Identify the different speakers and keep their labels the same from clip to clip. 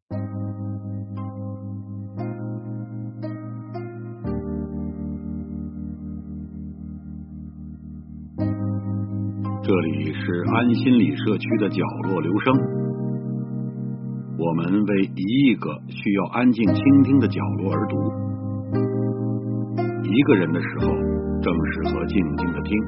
Speaker 1: 这里是安心理社区的角落留声，我们为一亿个需要安静倾听的角落而读。一个人的时候，正适合静静的听。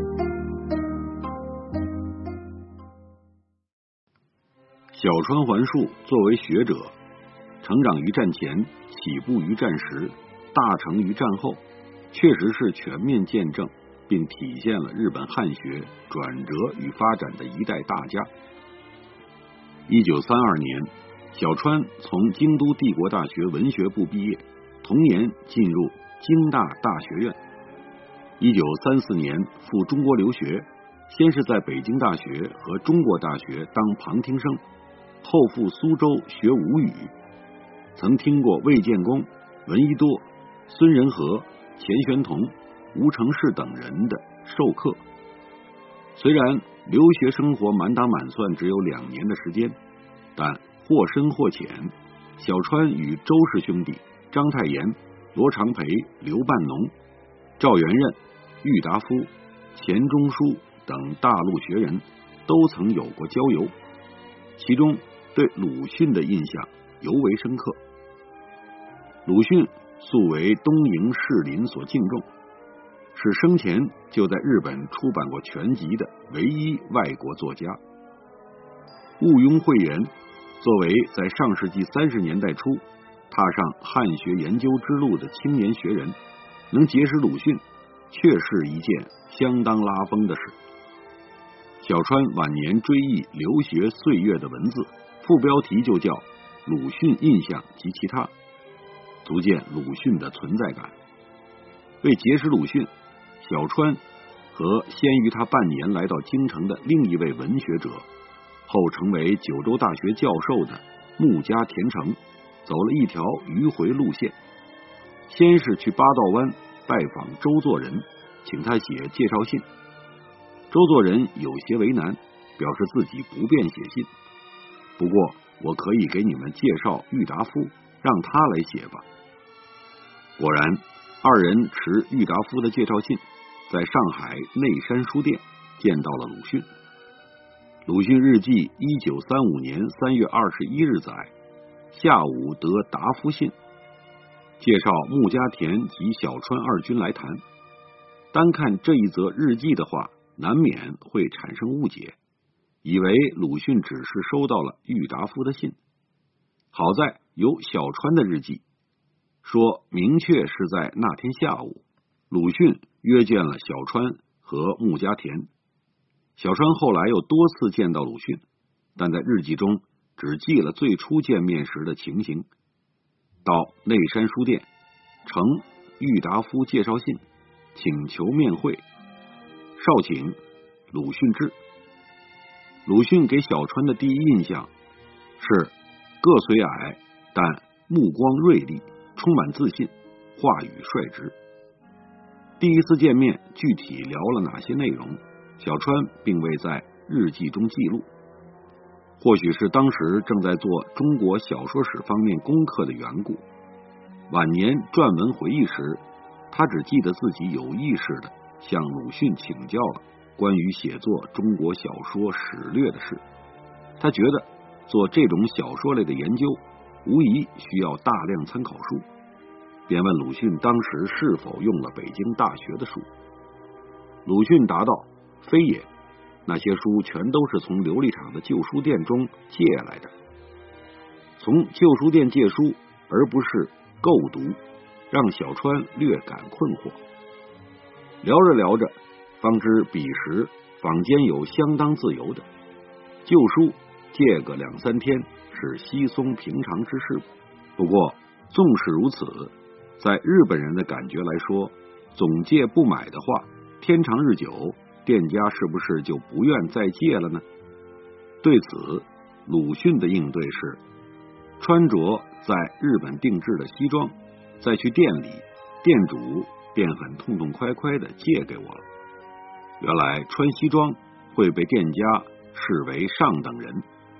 Speaker 1: 小川环树作为学者，成长于战前，起步于战时，大成于战后，确实是全面见证并体现了日本汉学转折与发展的一代大家。1932年，小川从京都帝国大学文学部毕业，同年进入京大大学院。1934年赴中国留学，先是在北京大学和中国大学当旁听生，后赴苏州学吴语，曾听过魏建功、闻一多、孙仁和、钱玄同、吴承仕等人的授课。虽然留学生活满打满算只有2年的时间，但或深或浅，小川与周氏兄弟、章太炎、罗长培、刘半农、赵元任、郁达夫、钱钟书等大陆学人都曾有过交游，其中对鲁迅的印象尤为深刻。鲁迅素为东瀛士林所敬重，是生前就在日本出版过全集的唯一外国作家。毋庸讳言，作为在上世纪30年代初踏上汉学研究之路的青年学人，能结识鲁迅确是一件相当拉风的事。小川晚年追忆留学岁月的文字，副标题就叫《鲁迅印象及其他》，足见鲁迅的存在感。为结识鲁迅，小川和先于他半年来到京城的另一位文学者，后成为九州大学教授的穆家田成，走了一条迂回路线。先是去八道湾拜访周作人，请他写介绍信。周作人有些为难，表示自己不便写信，不过我可以给你们介绍郁达夫，让他来写吧。果然，二人持郁达夫的介绍信，在上海内山书店见到了鲁迅。鲁迅日记1935年3月21日载，下午得答复信，介绍穆家田及小川二君来谈。单看这一则日记的话，难免会产生误解，以为鲁迅只是收到了郁达夫的信。好在有小川的日记，说明确是在那天下午，鲁迅约见了小川和穆家田。小川后来又多次见到鲁迅，但在日记中只记了最初见面时的情形。到内山书店，呈郁达夫介绍信，请求面会，少请鲁迅至。鲁迅给小川的第一印象是个虽矮，但目光锐利，充满自信，话语率直。第一次见面具体聊了哪些内容，小川并未在日记中记录，或许是当时正在做中国小说史方面功课的缘故。晚年撰文回忆时，他只记得自己有意识地向鲁迅请教了关于写作中国小说史略的事。他觉得做这种小说类的研究，无疑需要大量参考书，便问鲁迅当时是否用了北京大学的书。鲁迅答道：非也，那些书全都是从琉璃厂的旧书店中借来的。从旧书店借书，而不是购读，让小川略感困惑。聊着聊着，方知彼时坊间有相当自由的旧书，借个2-3天是稀松平常之事。不过纵使如此，在日本人的感觉来说，总借不买的话，天长日久，店家是不是就不愿再借了呢？对此，鲁迅的应对是穿着在日本定制的西装，再去店里，店主便很痛痛快快地借给我了。原来穿西装会被店家视为上等人，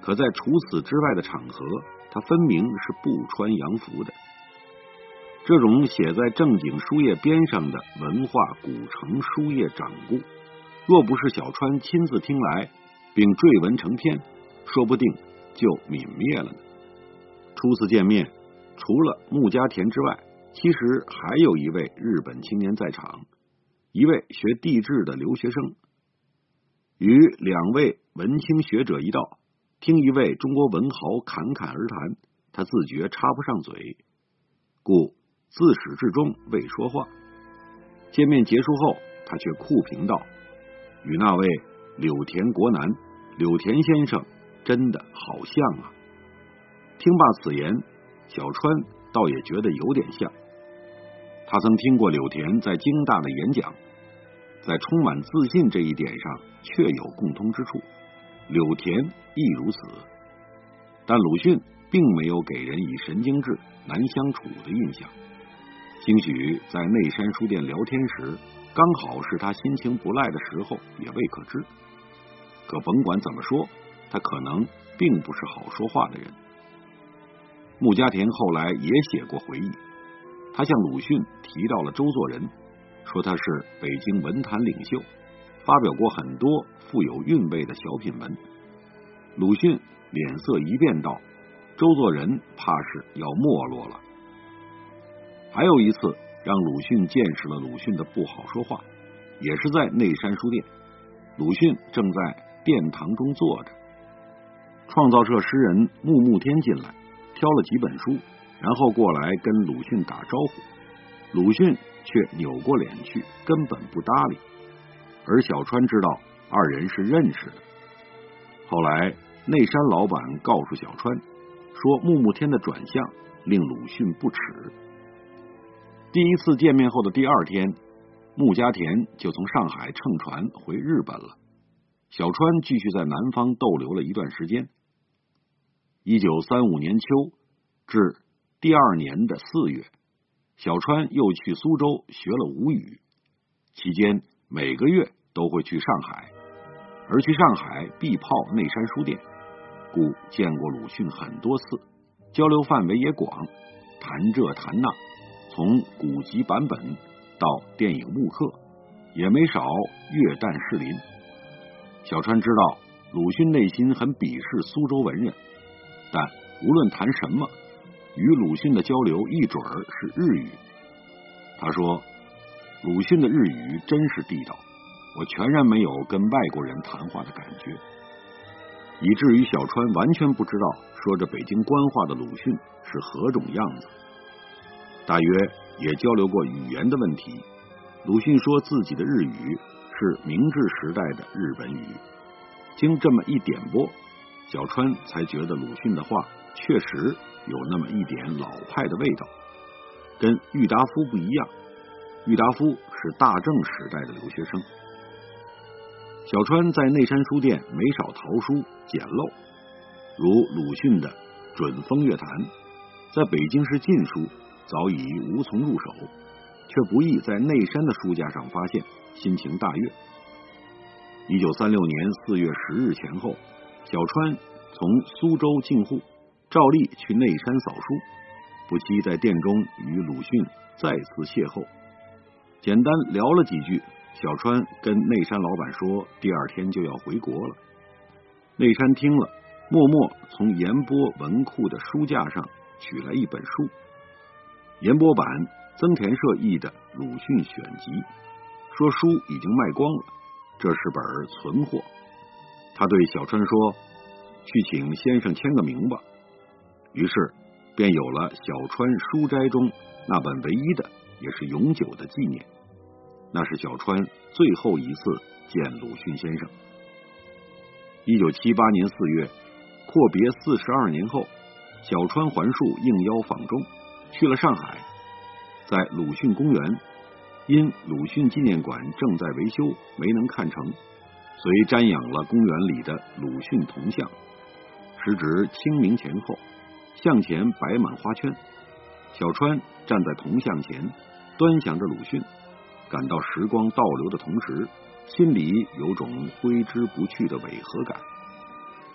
Speaker 1: 可在除此之外的场合，他分明是不穿洋服的。这种写在正经书页边上的文化古城书页掌故，若不是小川亲自听来并缀文成篇，说不定就泯灭了呢。初次见面，除了穆家田之外，其实还有一位日本青年在场，一位学地质的留学生。与两位文青学者一道，听一位中国文豪侃侃而谈，他自觉插不上嘴，故自始至终未说话。见面结束后，他却酷评道：“与那位柳田国男，柳田先生真的好像啊！”听罢此言，小川倒也觉得有点像。他曾听过柳田在京大的演讲，在充满自信这一点上确有共通之处，柳田亦如此。但鲁迅并没有给人以神经质、难相处的印象。兴许在内山书店聊天时，刚好是他心情不赖的时候，也未可知。可甭管怎么说，他可能并不是好说话的人。穆家田后来也写过回忆，他向鲁迅提到了周作人，说他是北京文坛领袖，发表过很多富有韵味的小品文。鲁迅脸色一变道：“周作人怕是要没落了。”还有一次让鲁迅见识了鲁迅的不好说话，也是在内山书店。鲁迅正在殿堂中坐着，创造社诗人穆慕天进来，挑了几本书，然后过来跟鲁迅打招呼。鲁迅却扭过脸去，根本不搭理。而小川知道二人是认识的。后来内山老板告诉小川，说穆慕天的转向令鲁迅不齿。第一次见面后的第二天，穆家田就从上海乘船回日本了。小川继续在南方逗留了一段时间。1935年秋至第二年的4月，小川又去苏州学了吴语，期间每个月都会去上海，而去上海必泡内山书店，故见过鲁迅很多次，交流范围也广，谈这谈那，从古籍版本到电影木刻，也没少阅旦士林。小川知道鲁迅内心很鄙视苏州文人，但无论谈什么，与鲁迅的交流一准儿是日语。他说，鲁迅的日语真是地道，我全然没有跟外国人谈话的感觉，以至于小川完全不知道说着北京官话的鲁迅是何种样子。大约也交流过语言的问题，鲁迅说自己的日语是明治时代的日本语。经这么一点拨，小川才觉得鲁迅的话确实有那么一点老派的味道，跟郁达夫不一样。郁达夫是大正时代的留学生。小川在内山书店没少淘书捡漏，如鲁迅的《准风月谈》，在北京市禁书，早已无从入手，却不易在内山的书架上发现，心情大悦。1936年4月10日前后，小川从苏州进沪，照例去内山扫书，不期在店中与鲁迅再次邂逅，简单聊了几句，小川跟内山老板说第二天就要回国了。内山听了，默默从延波文库的书架上取来一本书，延波版增田社译的《鲁迅选集》，说书已经卖光了，这是本存货。他对小川说，去请先生签个名吧。于是便有了小川书斋中那本唯一的也是永久的纪念，那是小川最后一次见鲁迅先生。1978年4月，阔别42年后，小川环树应邀访中，去了上海。在鲁迅公园，因鲁迅纪念馆正在维修，没能看成，遂瞻仰了公园里的鲁迅铜像，时值清明前后，像前摆满花圈。小川站在铜像前，端详着鲁迅，感到时光倒流的同时，心里有种挥之不去的违和感。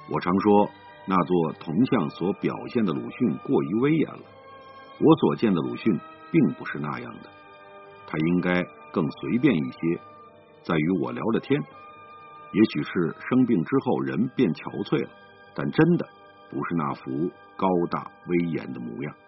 Speaker 1: 我常说，那座铜像所表现的鲁迅过于威严了。我所见的鲁迅并不是那样的，他应该更随便一些，在于我聊了天。也许是生病之后人变憔悴了，但真的不是那副高大威严的模样。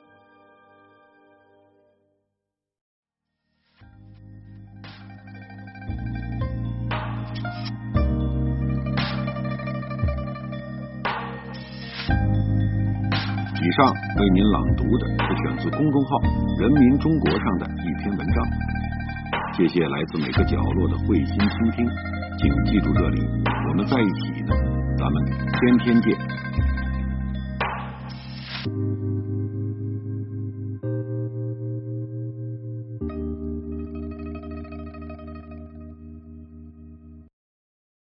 Speaker 1: 以上为您朗读的是选自公众号人民中国上的一篇文章，谢谢来自每个角落的慧心倾听，请记住这里，我们在一起呢，咱们天天见。